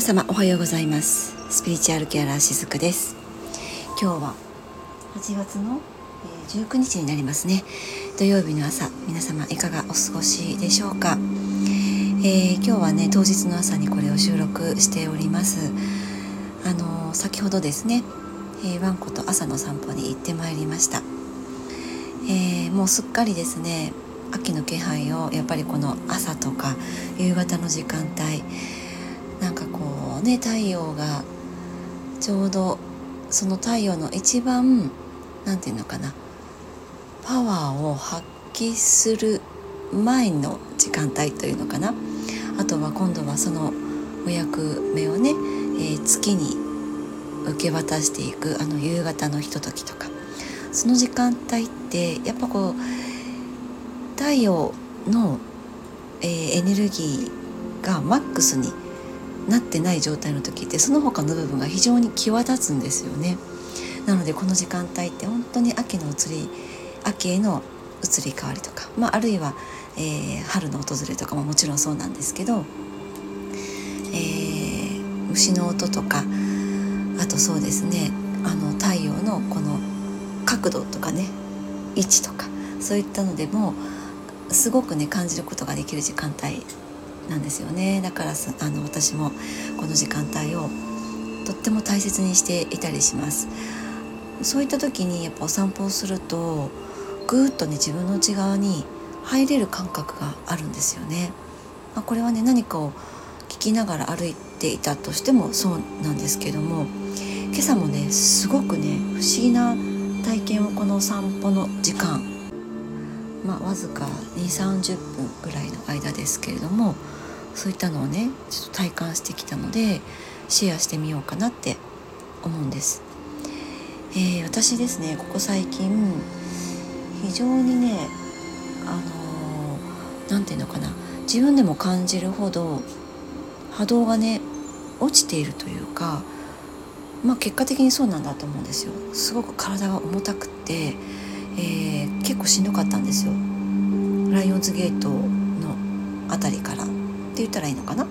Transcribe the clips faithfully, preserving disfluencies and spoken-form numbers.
様おはようございます。スピリチュアルケアラーしずくです。今日ははちがつのじゅうくにちになりますね。土曜日の朝、皆様いかがお過ごしでしょうか。えー、今日はね、当日の朝にこれを収録しております。あのー、先ほどですね、えー、ワンコと朝の散歩に行ってまいりました。えー、もうすっかりですね、秋の気配をやっぱりこの朝とか夕方の時間帯、なんかこうね、太陽がちょうどその太陽の一番なんていうのかな、パワーを発揮する前の時間帯というのかな。あとは今度はそのお役目をね、えー、月に受け渡していくあの夕方のひとときとか、その時間帯ってやっぱこう太陽の、えー、エネルギーがマックスになってない状態の時って、その他の部分が非常に際立つんですよね。なのでこの時間帯って本当に秋の移り秋への移り変わりとか、まあ、あるいは、えー、春の訪れとかももちろんそうなんですけど、えー、虫の音とか、あとそうですね、あの太陽のこの角度とかね、位置とか、そういったのでもすごくね感じることができる時間帯なんですよね。だからあの私もこの時間帯をとっても大切にしていたりします。そういった時にやっぱお散歩をするとぐーっとね自分の内側に入れる感覚があるんですよね。まあ、これはね何かを聞きながら歩いていたとしてもそうなんですけども、今朝もねすごくね不思議な体験をこの散歩の時間、まあ、わずかにじゅうさんじゅっぷんぐらいの間ですけれども、そういったのをねちょっと体感してきたのでシェアしてみようかなって思うんです。えー、私ですね、ここ最近非常にね、あのー、なんていうのかな、自分でも感じるほど波動がね落ちているというか、まあ結果的にそうなんだと思うんですよ。すごく体が重たくて、えー、結構しんどかったんですよ。ライオンズゲートのあたりからって言ったらいいのかな、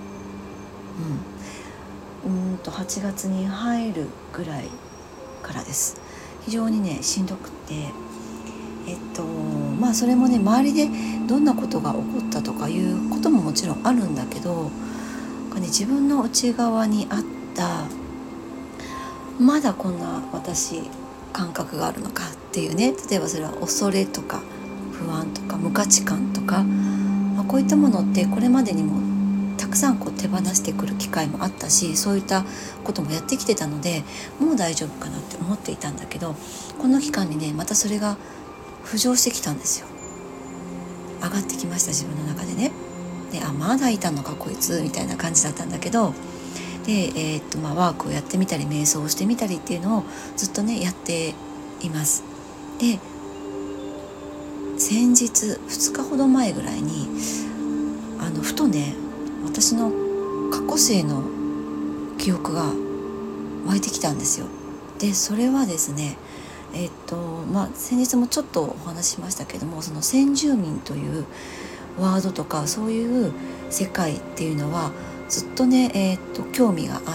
うん、うんとはちがつに入るぐらいからです。非常にねしんどくて、えっとまあそれもね周りでどんなことが起こったとかいうことももちろんあるんだけど、ね、自分の内側にあったまだこんな私感覚があるのかっていうね、例えばそれは恐れとか不安とか無価値観とか、まあ、こういったものってこれまでにもたくさんこう手放してくる機会もあったし、そういったこともやってきてたのでもう大丈夫かなって思っていたんだけど、この期間にねまたそれが浮上してきたんですよ。上がってきました、自分の中でね。で、あ、まだいたのかこいつみたいな感じだったんだけど、で、えーっとまあ、ワークをやってみたり瞑想をしてみたりっていうのをずっとねやっています。で、先日ふつかほど前ぐらいにあのふとね私の過去世の記憶が湧いてきたんですよ。でそれはですね、えっとまあ先日もちょっとお話ししましたけども、その先住民というワードとかそういう世界っていうのはずっとね、えっと興味があって、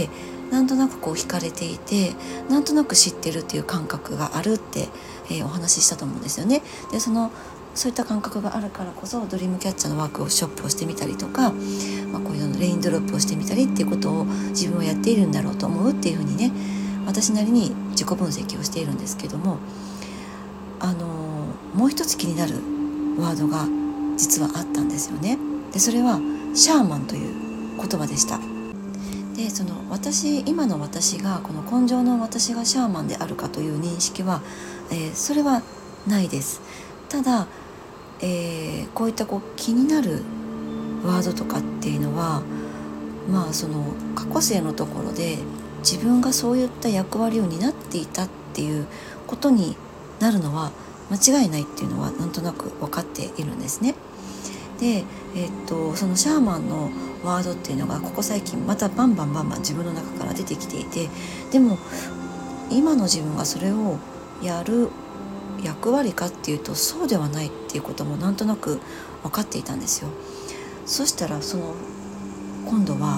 なんとなくこう惹かれていて、なんとなく知ってるっていう感覚があるって、えー、お話ししたと思うんですよね。でそのそういった感覚があるからこそドリームキャッチャーのワークショップをしてみたりとか、まあ、こういうのレインドロップをしてみたりっていうことを自分はやっているんだろうと思うっていうふうにね、私なりに自己分析をしているんですけども、あのー、もう一つ気になるワードが実はあったんですよね。でそれはシャーマンという言葉でした。でその私今の私がこの根性の私がシャーマンであるかという認識は、えー、それはないです。ただ、えー、こういったこう気になるワードとかっていうのは、まあその過去世のところで自分がそういった役割を担っていたっていうことになるのは間違いないっていうのはなんとなく分かっているんですね。で、えー、っとそのシャーマンのワードっていうのがここ最近またバンバンバンバン自分の中から出てきていて、でも今の自分がそれをやる役割かっていうとそうではないっていうこともなんとなく分かっていたんですよ。そしたらその今度は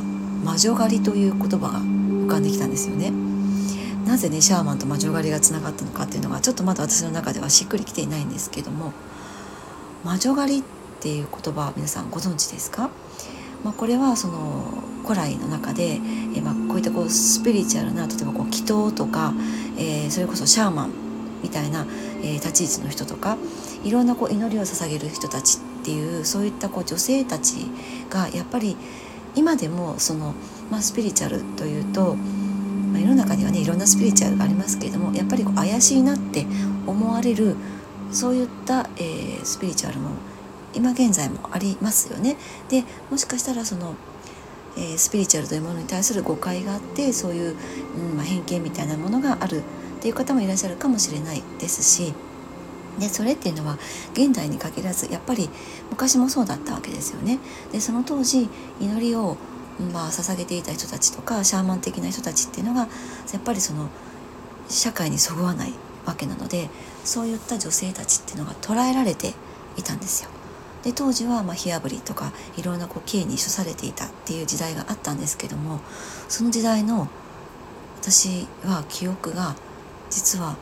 魔女狩りという言葉が浮かんできたんですよね。なぜねシャーマンと魔女狩りがつながったのかっていうのがちょっとまだ私の中ではしっくりきていないんですけども、魔女狩りっていう言葉は皆さんご存知ですか？まあ、これはその古来の中で、えまあ、こういったこうスピリチュアルな例えばこう祈祷とか、えー、それこそシャーマンみたいな、えー、立ち位置の人とかいろんなこう祈りを捧げる人たちっていうそういったこう女性たちがやっぱり今でもその、まあ、スピリチュアルというと、まあ、世の中にはねいろんなスピリチュアルがありますけれどもやっぱりこう怪しいなって思われるそういった、えー、スピリチュアルも今現在もありますよね。でもしかしたらその、えー、スピリチュアルというものに対する誤解があってそういう、うんまあ、偏見みたいなものがあるっていう方もいらっしゃるかもしれないですし、でそれっていうのは現代に限らずやっぱり昔もそうだったわけですよね。でその当時祈りを、まあ、捧げていた人たちとかシャーマン的な人たちっていうのがやっぱりその社会にそぐわないわけなのでそういった女性たちっていうのが捉えられていたんですよ。で当時はまあ火あぶりとかいろんなこう刑に処されていたっていう時代があったんですけども、その時代の私は記憶が実は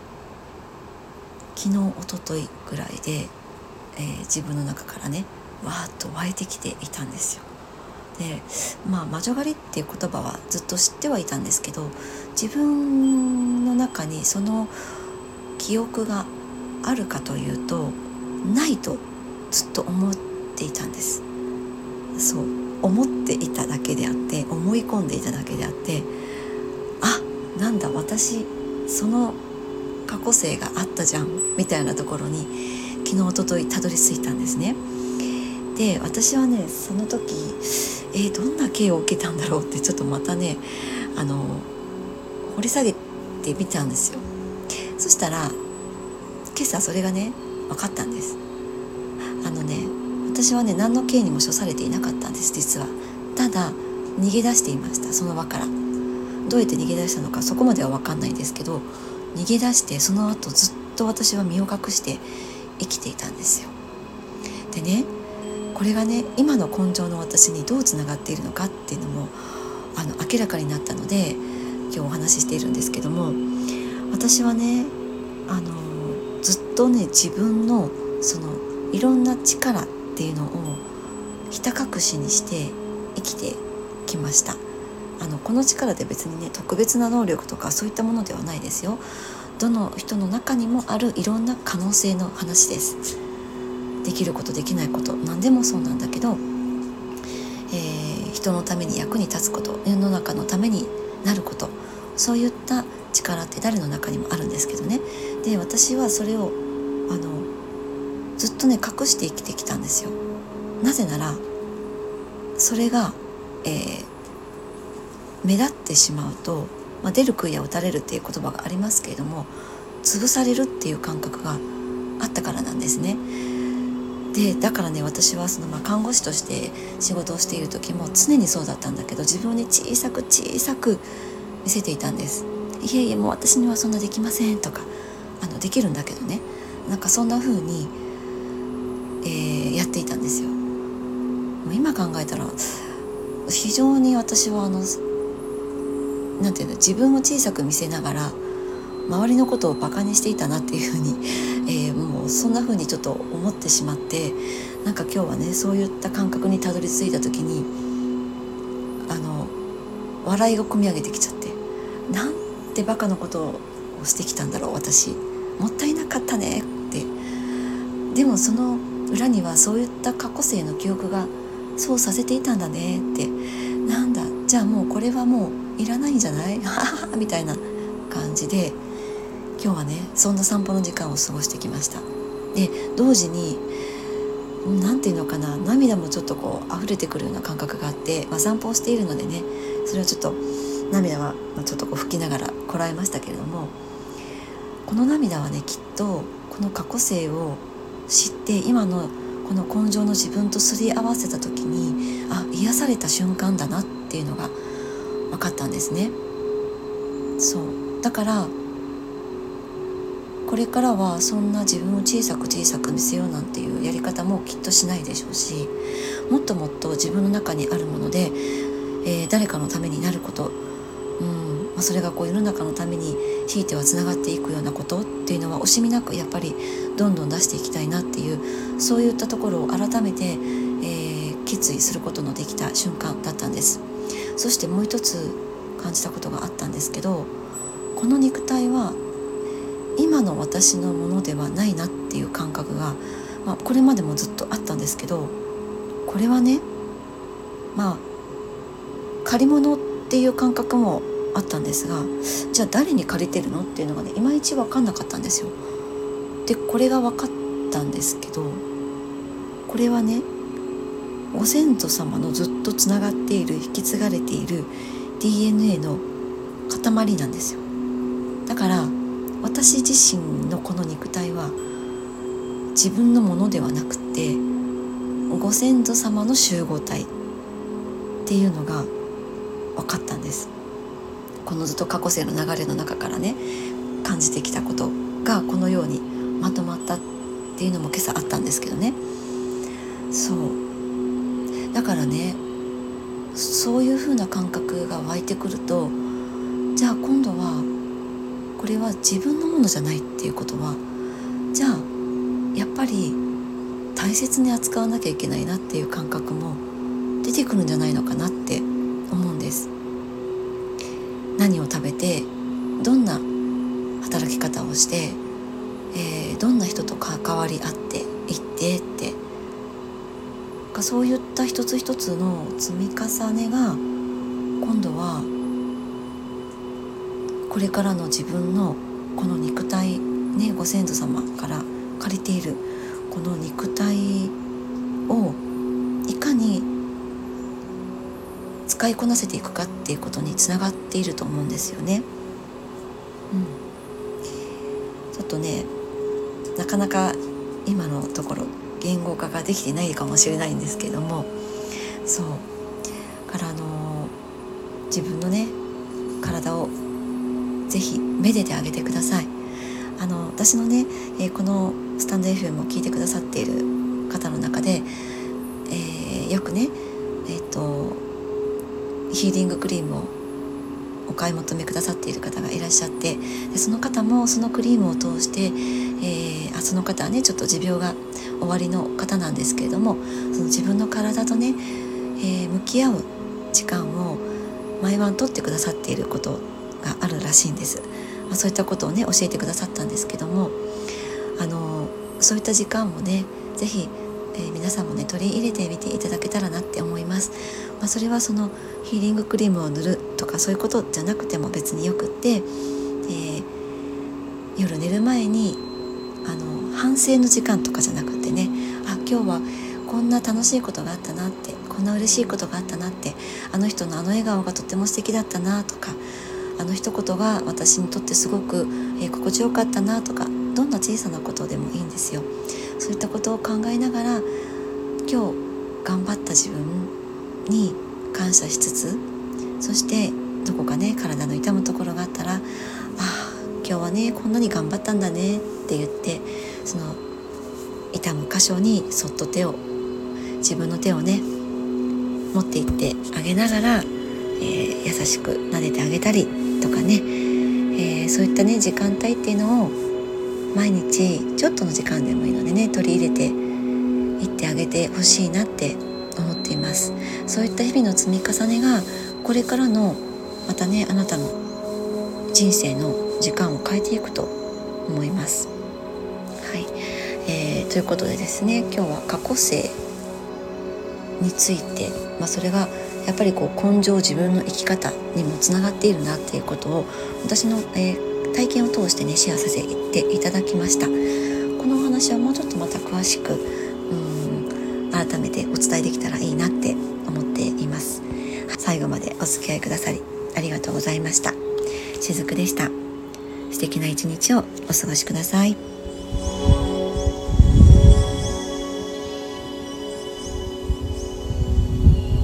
昨日一昨日ぐらいで、えー、自分の中からねわーっと湧いてきていたんですよ。でまあ魔女狩りっていう言葉はずっと知ってはいたんですけど自分の中にその記憶があるかというとないとずっと思っていたんです。そう思っていただけであって思い込んでいただけであってあなんだ私その過去性があったじゃんみたいなところに昨日一昨日たどり着いたんですね。で私はねその時、えー、どんな刑を受けたんだろうってちょっとまたねあの掘り下げてみたんですよ。そしたら今朝それがね分かったんです。あのね私はね何の刑にも処されていなかったんです実は。ただ逃げ出していました。その場からどうやって逃げ出したのかそこまでは分かんないんですけど逃げ出してその後ずっと私は身を隠して生きていたんですよ。でねこれがね今の根性の私にどうつながっているのかっていうのもあの明らかになったので今日お話ししているんですけども、私はねあのずっとね自分のそのいろんな力っていうのをひた隠しにして生きてきました。あのこの力で別にね特別な能力とかそういったものではないですよ。どの人の中にもあるいろんな可能性の話です。できることできないこと何でもそうなんだけど、えー、人のために役に立つこと世の中のためになることそういった力って誰の中にもあるんですけどね。で私はそれをあのずっとね隠して生きてきたんですよ。なぜならそれが、えー、目立ってしまうと、まあ、出る杭は打たれるっていう言葉がありますけれども潰されるっていう感覚があったからなんですね。でだからね私はその、まあ、看護師として仕事をしている時も常にそうだったんだけど自分に小さく小さく見せていたんです。いえいえもう私にはそんなできませんとかあのできるんだけどねなんかそんな風に、えー、やっていたんですよ。もう今考えたら非常に私はあのなんていうの自分を小さく見せながら周りのことをバカにしていたなっていうふうに、えー、もうそんなふうにちょっと思ってしまってなんか今日はねそういった感覚にたどり着いた時にあの笑いがこみ上げてきちゃってなんてバカなことをしてきたんだろう私もったいなかったねって。でもその裏にはそういった過去性の記憶がそうさせていたんだねってなんだじゃあもうこれはもういらないんじゃないみたいな感じで今日はねそんな散歩の時間を過ごしてきました。で同時になんていうのかな涙もちょっとこう溢れてくるような感覚があって、まあ、散歩をしているのでねそれをちょっと涙はちょっとこう拭きながらこらえましたけれどもこの涙はねきっとこの過去性を知って今のこの根性の自分とすり合わせた時にあ癒された瞬間だなっていうのが分かったんですね。そうだからこれからはそんな自分を小さく小さく見せようなんていうやり方もきっとしないでしょうしもっともっと自分の中にあるものでえー、誰かのためになること、うんまあ、それがこう世の中のためにひいてはつながっていくようなことっていうのは惜しみなくやっぱりどんどん出していきたいなっていう、そういったところを改めて、えー、決意することのできた瞬間だったんです。そしてもう一つ感じたことがあったんですけど、この肉体は今の私のものではないなっていう感覚が、まあ、これまでもずっとあったんですけど、これはね、まあ借り物っていう感覚もあったんですが、じゃあ誰に借りてるのっていうのがね、いまいち分かんなかったんですよ。でこれが分かったんですけど、これはね、ご先祖様のずっとつながっている、引き継がれている ディーエヌエー の塊なんですよ。だから私自身のこの肉体は自分のものではなくて、ご先祖様の集合体っていうのが分かったんです。このずっと過去世の流れの中からね、感じてきたことがこのようにまとまったっていうのも今朝あったんですけどね。そうだからね、そういう風な感覚が湧いてくると、じゃあ今度はこれは自分のものじゃないっていうことは、じゃあやっぱり大切に扱わなきゃいけないなっていう感覚も出てくるんじゃないのかなって思うんです。何を食べて、どんな働き方をして、えー、どんな人と関わり合っていってってそういった一つ一つの積み重ねが今度はこれからの自分のこの肉体ね、ご先祖様から借りているこの肉体をいかに使いこなせていくかっていうことにつながっていると思うんですよね。うん、ちょっとね、なかなか今のところ言語化ができてないかもしれないんですけども、そうからあの自分のね体をぜひめでてあげてください。あの私のね、えー、このスタンド エフエム を聞いてくださっている方の中で、えー、よくね、えーと、ヒーリングクリームをお買い求めくださっている方がいらっしゃって、でその方もそのクリームを通して、えー、あその方はねちょっと持病がおありの方なんですけれども、その自分の体とね、えー、向き合う時間を毎晩取ってくださっていることがあるらしいんです。まあ、そういったことをね教えてくださったんですけども、あのそういった時間もねぜひ、えー、皆さんもね取り入れてみていただけたらなって思います。まあ、それはそのヒーリングクリームを塗るとかそういうことじゃなくても別によくって、えー、夜寝る前にあの反省の時間とかじゃなくてね、あ今日はこんな楽しいことがあったなって、こんな嬉しいことがあったなって、あの人のあの笑顔がとっても素敵だったなとか、あの一言が私にとってすごく、えー、心地よかったなとか、どんな小さなことでもいいんですよ。そういったことを考えながら今日頑張った自分に感謝しつつ、そしてどこかね体の痛むところがあったら、あ今日はねこんなに頑張ったんだねって言って、その痛む箇所にそっと手を自分の手をね持っていってあげながら、えー、優しく撫でてあげたりとかね、えー、そういったね時間帯っていうのを毎日ちょっとの時間でもいいのでね取り入れていってあげてほしいなって思っています。そういった日々の積み重ねがこれからのまたねあなたの人生の時間を変えていくと思います。はい、えー、ということでですね、今日は過去世について、まあ、それがやっぱりこう根性自分の生き方にもつながっているなっていうことを私の、えー、体験を通してねシェアさせていただきました。このお話はもうちょっとまた詳しくうん改めてお伝えできたらいいなって思っています。最後までお付き合いくださりありがとうございました。しずくでした。素敵な一日をお過ごしください。